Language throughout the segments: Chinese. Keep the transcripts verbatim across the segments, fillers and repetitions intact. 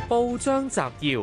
報章摘要：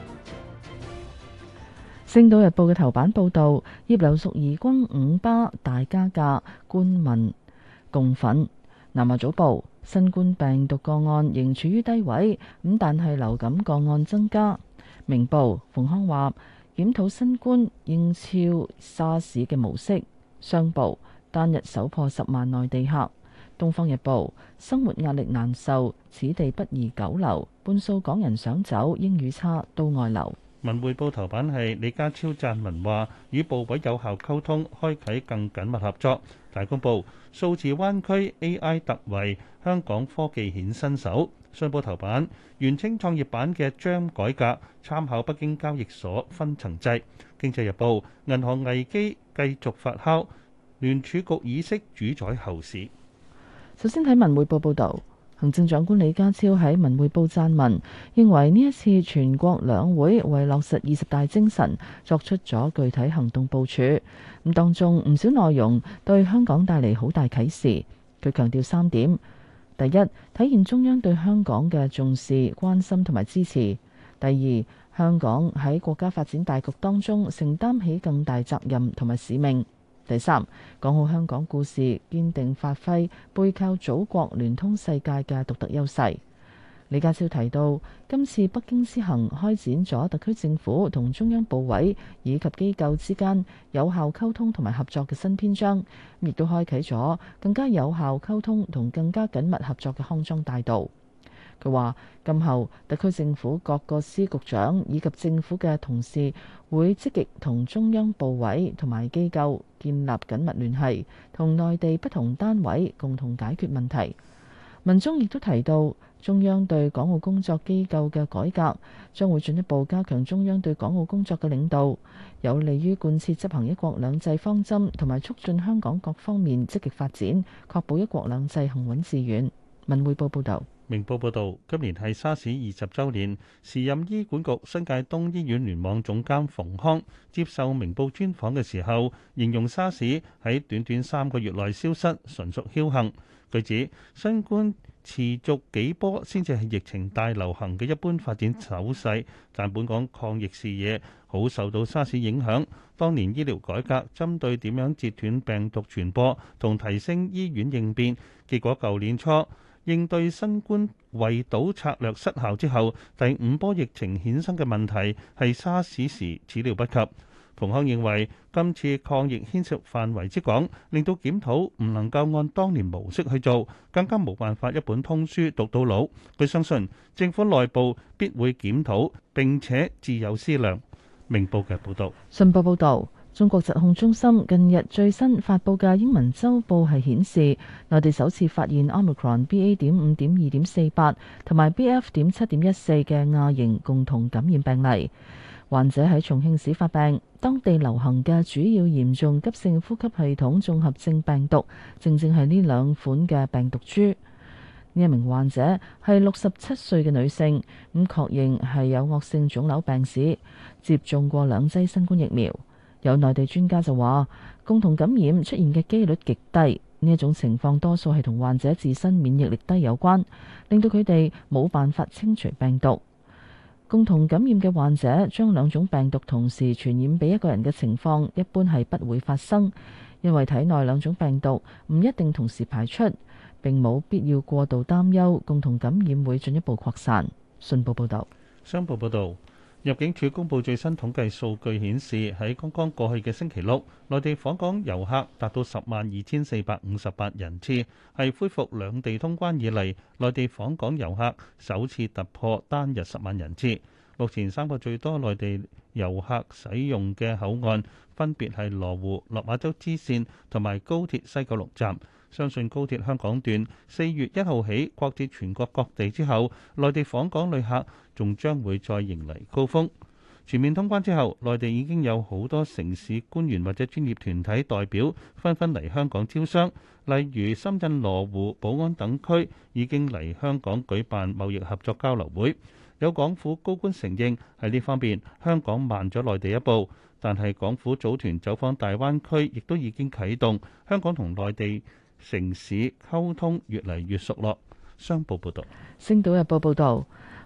星島日報嘅頭版報導，葉劉淑儀轟五巴大加價，官民共憤。南華早報：新冠病毒個案仍處於低位，咁但係流感個案增加。明報：馮康話檢討新冠應超沙士嘅模式。商報：單日首破十萬內地客。東方日報：生活壓力難受，此地不宜久留，半數港人想走，英語差都外流。 文匯報頭版係李家超撰文話，與部委有效溝通，開啓更緊密合作。大公報：數字灣區 A I 突圍，香港科技顯身手。信報頭版：元青創業板嘅 G E M 改革，參考北京交易所分層制。經濟日報：銀行危機繼續發酵，聯儲局議息主宰後市。 首先睇文匯報報導，行政長官李家超喺文匯報撰文，認為呢一次全國兩會為落實二十大精神作出咗具體行動部署。咁當中唔少內容對香港帶嚟好大啟示。佢強調三點：第一，體現中央對香港嘅重視、關心同埋支持；第二，香港喺國家發展大局當中承擔起更大責任同埋使命。第三，講好香港故事，堅定發揮背靠祖國、聯通世界嘅獨特優勢。李家超提到，今次北京之行開展咗特區政府同中央部委以及機構之間有效溝通同埋合作嘅新篇章，亦都開啟咗更加有效溝通同更加緊密合作嘅康莊大道。佢話：今後特區政府各個司局長以及政府嘅同事會積極同中央部委同埋機構建立緊密聯繫，同內地不同單位共同解決問題。文中亦都提到，中央對港澳工作機構嘅改革將會進一步加強中央對港澳工作嘅領導，有利於貫徹執行一國兩制方針，同埋促進香港各方面積極發展，確保一國兩制行穩致遠。文匯報報導。 明報報導，今年係沙士二十週年，時任醫管局新界東醫院聯網總監馮康接受明報專訪嘅時候，形容沙士喺短短三個月內消失，純屬僥倖。據指，新冠持續幾波先至係疫情大流行嘅一般發展走勢，但本港抗疫視野好受到沙士影響。當年醫療改革針對點樣截斷病毒傳播同提升醫院應變，結果舊年初應對新冠圍堵策略失效之後，第五波疫情衍生嘅問題係沙士時始料不及。馮康認為今次抗疫牽涉範圍之廣，令到檢討唔能夠按當年模式去做，更加冇辦法一本通書讀到老。佢相信政府內部必會檢討並且自有思量。明報嘅報導。 信報報導。中國疾控中心近日最新發布嘅英文週報係顯示，內地首次發現 Omicron B A 點五點二點四八同埋 B F 點七點一四嘅亞型共同感染病例。患者喺重慶市發病，當地流行嘅主要嚴重急性呼吸系統綜合症病毒，正正係呢兩款嘅病毒株。呢一名患者係六十七歲嘅女性，咁確認係有惡性腫瘤病史，接種過兩劑新冠疫苗。有內地專家就話，共同感染出現嘅機率極低，呢一種情況多數係同患者自身免疫力低有關，令到佢哋冇辦法清除病毒。共同感染嘅患者將兩種病毒同時傳染俾一個人嘅情況，一般係不會發生，因為體內兩種病毒唔一定同時排出，並冇必要過度擔憂共同感染會進一步擴散。信報報道。 商報報導。入境處公布最新統計數據顯示，喺剛剛過去嘅星期六，內地訪港遊客達到十萬二千四百五十八人次，係恢復兩地通關以嚟內地訪港遊客首次突破單日十萬人次。目前三個最多內地遊客使用嘅口岸分別係羅湖、落馬洲支線同埋高鐵西九龍站。相信高鐵香港段四月一號起擴至全國各地之後，內地訪港旅客仲將會再迎嚟高峰。全面通關之後，內地已經有好多城市官員或者專業團體代表紛紛嚟香港招商，例如深圳羅湖、寶安等區已經嚟香港舉辦貿易合作交流會。有港府高官承認喺呢方面香港慢咗內地一步，但係港府組團走訪大灣區亦都已經啟動，香港同內地城市溝通越嚟越熟絡。商報報導。 星島日報報導，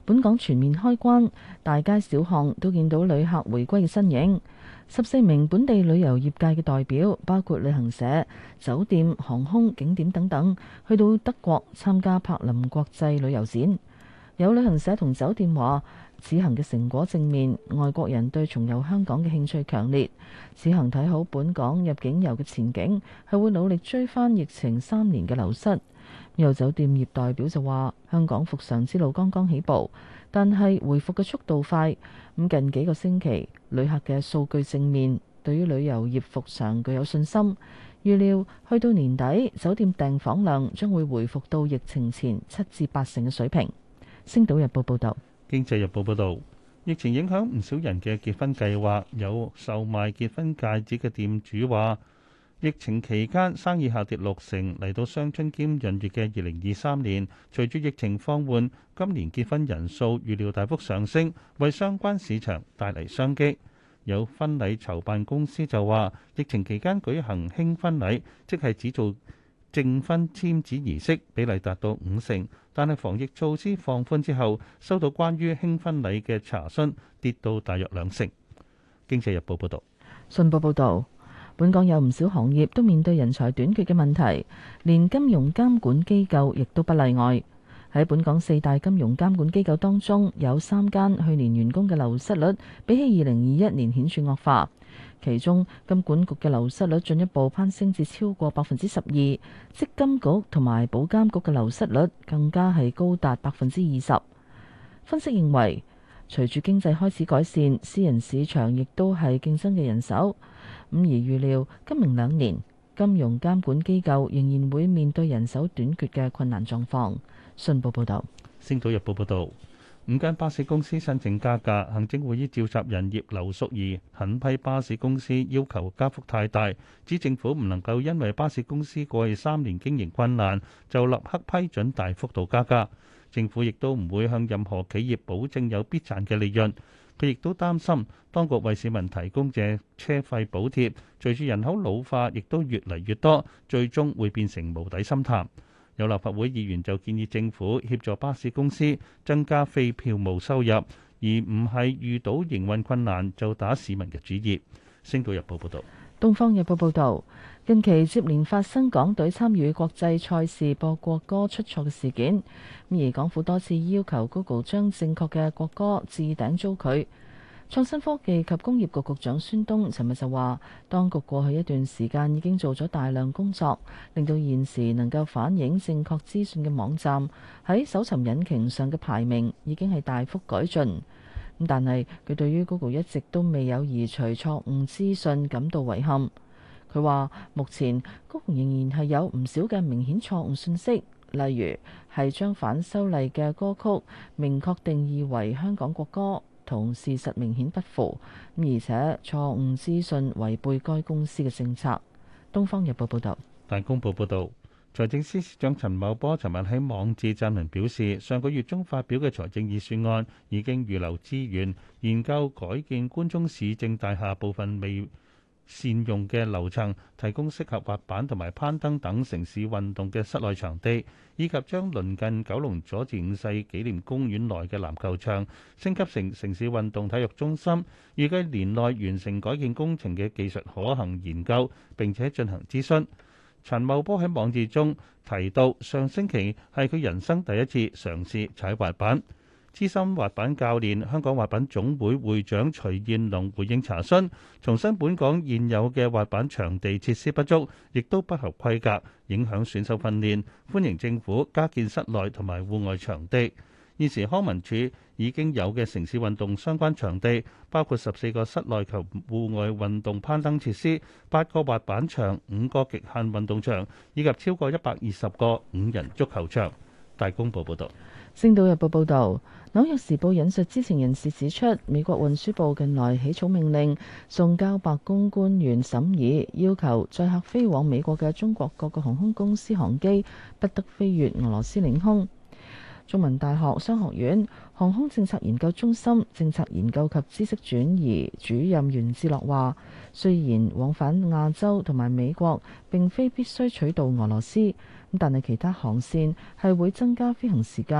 本港全面開關，大街小巷都見到旅客回歸嘅身影。十四名本地旅遊業界嘅代表，包括旅行社、酒店、航空、景點等等，去到德國參加柏林國際旅遊展。有旅行社同酒店話，此行嘅成果正面，外國人對重遊香港嘅興趣強烈。此行睇好本港入境遊嘅前景，係會努力追翻疫情三年嘅流失。有酒店業代表就話，香港復常之路剛剛起步，但係回復嘅速度快。咁近幾個星期，旅客嘅數據正面，對於旅遊業復常具有信心。預料去到年底，酒店訂房量將會回復到疫情前七至八成嘅水平。星島日報報道。 經濟日報報導，疫情影響唔少人嘅結婚計劃。有售賣結婚戒指嘅店主話，疫情期間生意下跌六成，嚟到雙春兼閏月嘅二零二三年，隨住疫情放緩，今年結婚人數預料大幅上升，為相關市場帶嚟商機。有婚禮籌辦公司就話，疫情期間舉行輕婚禮，即係只做證婚簽紙儀式，比例達到五成，但係防疫措施放寬之後，收到關於輕婚禮嘅查詢跌到大約兩成。經濟日報報導。 信報報導，本港有唔少行業都面對人才短缺嘅問題，連金融監管機構亦都不例外。喺本港四大金融監管機構當中，有三間去年員工嘅流失率比起二零二一年顯著惡化。其中金管局嘅流失率進一步攀升至超過百分之十二，積金局同埋保監局嘅流失率更加係高達百分之二十。分析認為，隨住經濟開始改善，私人市場亦都係競爭嘅人手。咁而預料今明兩年金融監管機構仍然會面對人手短缺嘅困難狀況。信報報導。 《星島日報》報導，五間巴士公司申請加價，行政會議召集人葉劉淑儀狠批巴士公司要求加幅太大，指政府唔能夠因為巴士公司過去三年經營困難就立刻批准大幅度加價。政府亦都唔會向任何企業保證有必賺嘅利潤。佢亦都擔心，當局為市民提供嘅車費補貼，隨住人口老化，亦都越嚟越多，最終會變成無底深潭。有立法會議員就建議政府協助巴士公司增加非票務收入，而唔係遇到營運困難就打市民嘅主意。星島日報報道。 東方日報報導，近期接連發生港隊參與國際賽事播國歌出錯嘅事件，而港府多次要求 Google 將正確嘅國歌置頂遭拒。創新科技及工業局局長孫東尋日就話，當局過去一段時間已經做咗大量工作，令到現時能夠反映正確資訊嘅網站喺搜尋引擎上嘅排名已經係大幅改進。咁但係佢對於 Google 一直都未有移除錯誤資訊感到遺憾。佢話目前 Google 仍然係有唔少嘅明顯錯誤信息，例如係將反修例嘅歌曲明確定義為香港國歌，同事實明顯不符，而且錯誤資訊違背該公司嘅政策。《東方日報》報道。 大公報報導。財政司司長陳茂波尋日喺網誌撰文表示，上個月中發表嘅財政預算案已經預留資源研究改建官涌市政大廈部分未善用嘅樓層，提供適合滑板同埋攀登等城市運動嘅室內場地，以及將鄰近九龍佐治五世紀念公園內嘅籃球場升級成城市運動體育中心，預計年內完成改建工程嘅技術可行研究，並且進行諮詢。陳茂波喺網誌中提到，上星期係佢人生第一次嘗試踩滑板。資深滑板教練、香港滑板總會會長徐燕龍回應查詢，重申本港現有嘅滑板場地設施不足，亦都不合規格，影響選手訓練，歡迎政府加建室內同埋戶外場地。現時康文署已經有嘅城市運動相關場地，包括十四個室內及戶外運動攀登設施、八個滑板場、五個極限運動場，以及超過一百二十個五人足球場。大公報報導。《 星島日報》報導，紐約時報引述知情人士指出，美國運輸部近來起草命令，送交白宮官員審議，要求載客飛往美國嘅中國各個航空公司航機不得飛越俄羅斯領空。中文大學商學院航空政策研究中心政策研究及知識轉移主任袁志樂話，雖然往返亞洲同埋美國並非必須取道俄羅斯，咁但係其他航線係會增加飛行時間，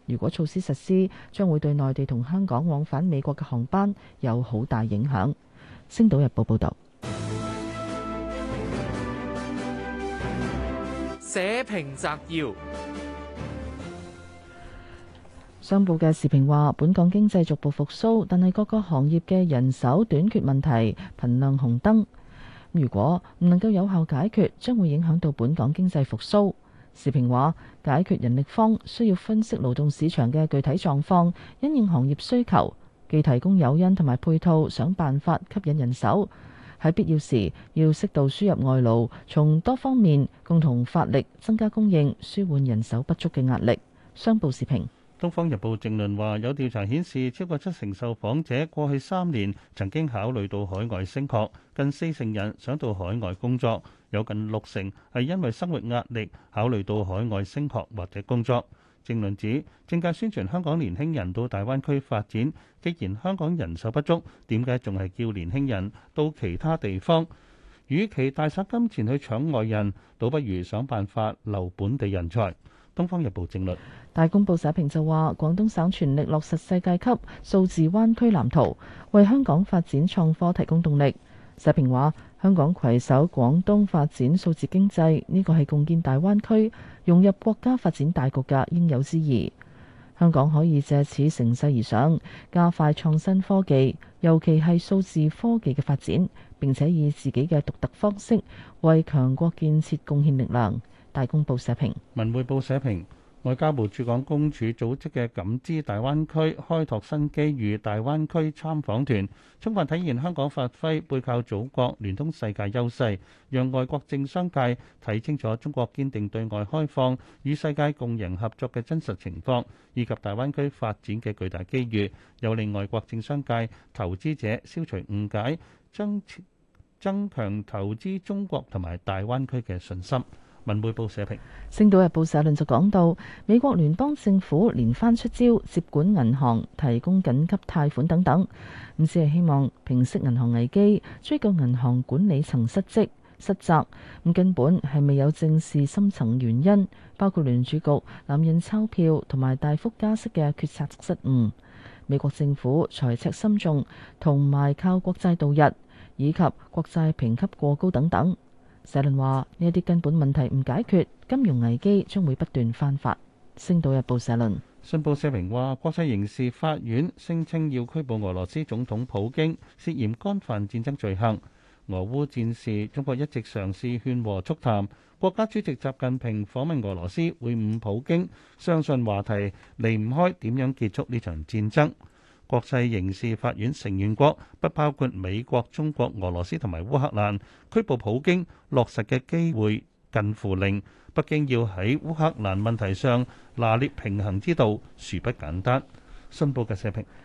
如果措施實施，將會對內地同香港往返美國嘅航班有好大影響。星島日報報導。 社評摘要。 商報嘅時評話，本港經濟逐步復甦，但係各個行業嘅人手短缺問題頻亮紅燈。如果唔能夠有效解決，將會影響到本港經濟復甦。時評話，解決人力荒需要分析勞動市場嘅具體狀況，因應行業需求，既提供誘因同埋配套，想辦法吸引人手。喺必要時，要適度輸入外勞，從多方面共同發力，增加供應，舒緩人手不足嘅壓力。商報時評。 《東方日報》正論話，有調查顯示，超過七成受訪者過去三年曾經考慮到海外升學，近四成人想到海外工作，有近六成係因為生活壓力考慮到海外升學或者工作。正論指，政界宣傳香港年輕人到大灣區發展，既然香港人手不足，點解仲係叫年輕人到其他地方？與其大灑金錢去搶外人，倒不如想辦法留本地人才。《東方日報》正論。 大公報社評就話，廣東省全力落實世界級數字灣區藍圖，為香港發展創科提供動力。社評話，香港攜手廣東發展數字經濟，呢個係共建大灣區、融入國家發展大局嘅應有之義。香港可以借此乘勢而上，加快創新科技，尤其係數字科技嘅發展，並且以自己嘅獨特方式為強國建設貢獻力量。大公報社評。 文匯報社評。外交部駐港公署組織嘅感知大灣區開拓新機遇大灣區參訪團，充分體現香港發揮背靠祖國、聯通世界優勢，讓外國政商界睇清楚中國堅定對外開放、與世界共贏合作嘅真實情況，以及大灣區發展嘅巨大機遇，有令外國政商界投資者消除誤解，增增強投資中國同埋大灣區嘅信心。文匯報社評。《 星島日報》社論就講到，美國聯邦政府連番出招，接管銀行、提供緊急貸款等等，咁只係希望平息銀行危機，追究銀行管理層失職失責，咁根本係未有正視深層原因，包括聯儲局濫印鈔票同埋大幅加息嘅決策失誤，美國政府財赤深重，同埋靠國債度日，以及國債評級過高等等。社論話，呢一啲根本問題唔解決，金融危機將會不斷翻發。星島日報社論。 信報社評話，國際刑事法院聲稱要拘捕俄羅斯總統普京，涉嫌干犯戰爭罪行。俄烏戰事，中國一直嘗試勸和促談。國家主席習近平訪問俄羅斯會晤普京，相信話題離唔開點樣結束呢場戰爭。國際刑事法院成員國不包括美國、中國、俄羅斯同埋烏克蘭，拘捕普京落實嘅機會近乎零。北京要喺烏克蘭問題上拿捏平衡之道，殊不簡單。信報嘅社評。